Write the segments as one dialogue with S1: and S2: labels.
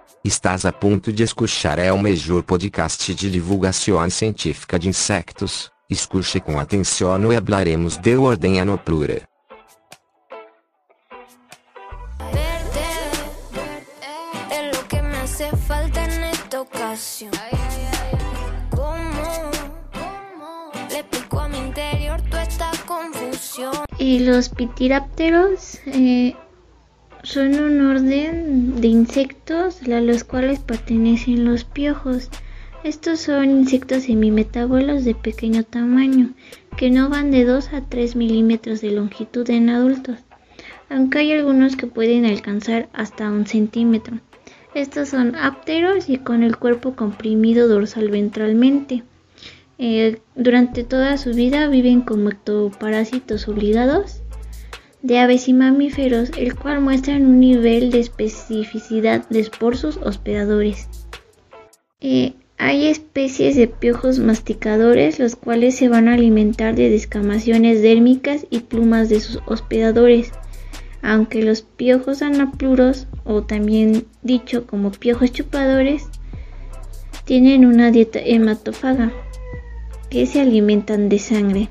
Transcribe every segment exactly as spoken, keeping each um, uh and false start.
S1: Estás a ponto de escuchar é o melhor podcast de divulgação científica de insectos. Escute com atenção e hablaremos de ordem Anoplura.
S2: Y los pitirápteros eh, son un orden de insectos a los cuales pertenecen los piojos. Estos son insectos semimetábolos de pequeño tamaño, que no van de dos a tres milímetros de longitud en adultos, aunque hay algunos que pueden alcanzar hasta un centímetro. Estos son ápteros y con el cuerpo comprimido dorsal ventralmente. Eh, durante toda su vida viven como ectoparásitos obligados de aves y mamíferos, el cual muestran un nivel de especificidad por sus hospedadores. Eh, hay especies de piojos masticadores, los cuales se van a alimentar de descamaciones dérmicas y plumas de sus hospedadores, aunque los piojos anapluros, o también dicho como piojos chupadores, tienen una dieta hematófaga, que se alimentan de sangre.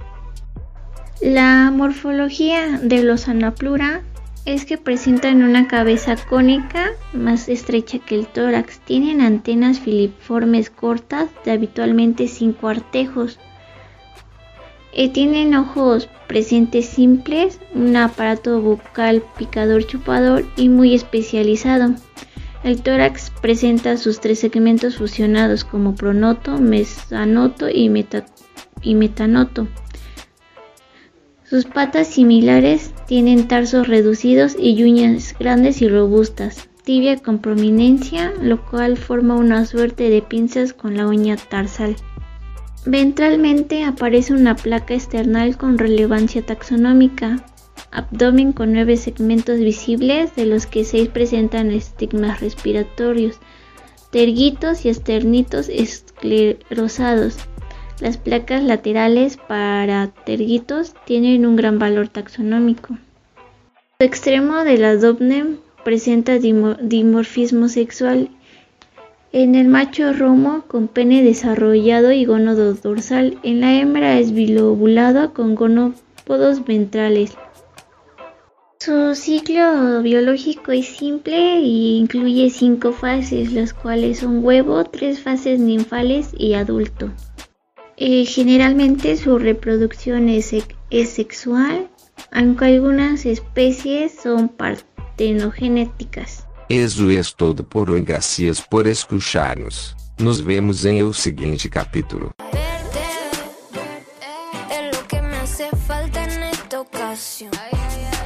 S2: La morfología de los Anoplura es que presentan una cabeza cónica más estrecha que el tórax. Tienen antenas filiformes cortas de habitualmente cinco artejos. Eh, tienen ojos presentes simples, un aparato bucal picador chupador y muy especializado. El tórax presenta sus tres segmentos fusionados como pronoto, mesanoto y, meta, y metanoto. Sus patas similares tienen tarsos reducidos y uñas grandes y robustas, tibia con prominencia, lo cual forma una suerte de pinzas con la uña tarsal. Ventralmente aparece una placa esternal con relevancia taxonómica. Abdomen con nueve segmentos visibles, de los que seis presentan estigmas respiratorios, tergitos y esternitos esclerosados. Las placas laterales para tergitos tienen un gran valor taxonómico. El extremo del abdomen presenta dimorfismo sexual. En el macho romo con pene desarrollado y gónodo dorsal. En la hembra es bilobulado con gonópodos ventrales. Su ciclo biológico es simple e incluye cinco fases, las cuales son huevo, tres fases ninfales y adulto. Eh, generalmente su reproducción es, es sexual, aunque algunas especies son partenogenéticas.
S1: Eso es todo por hoy, gracias por escucharnos. Nos vemos en el siguiente capítulo.
S3: Es lo que me hace falta en esta ocasión.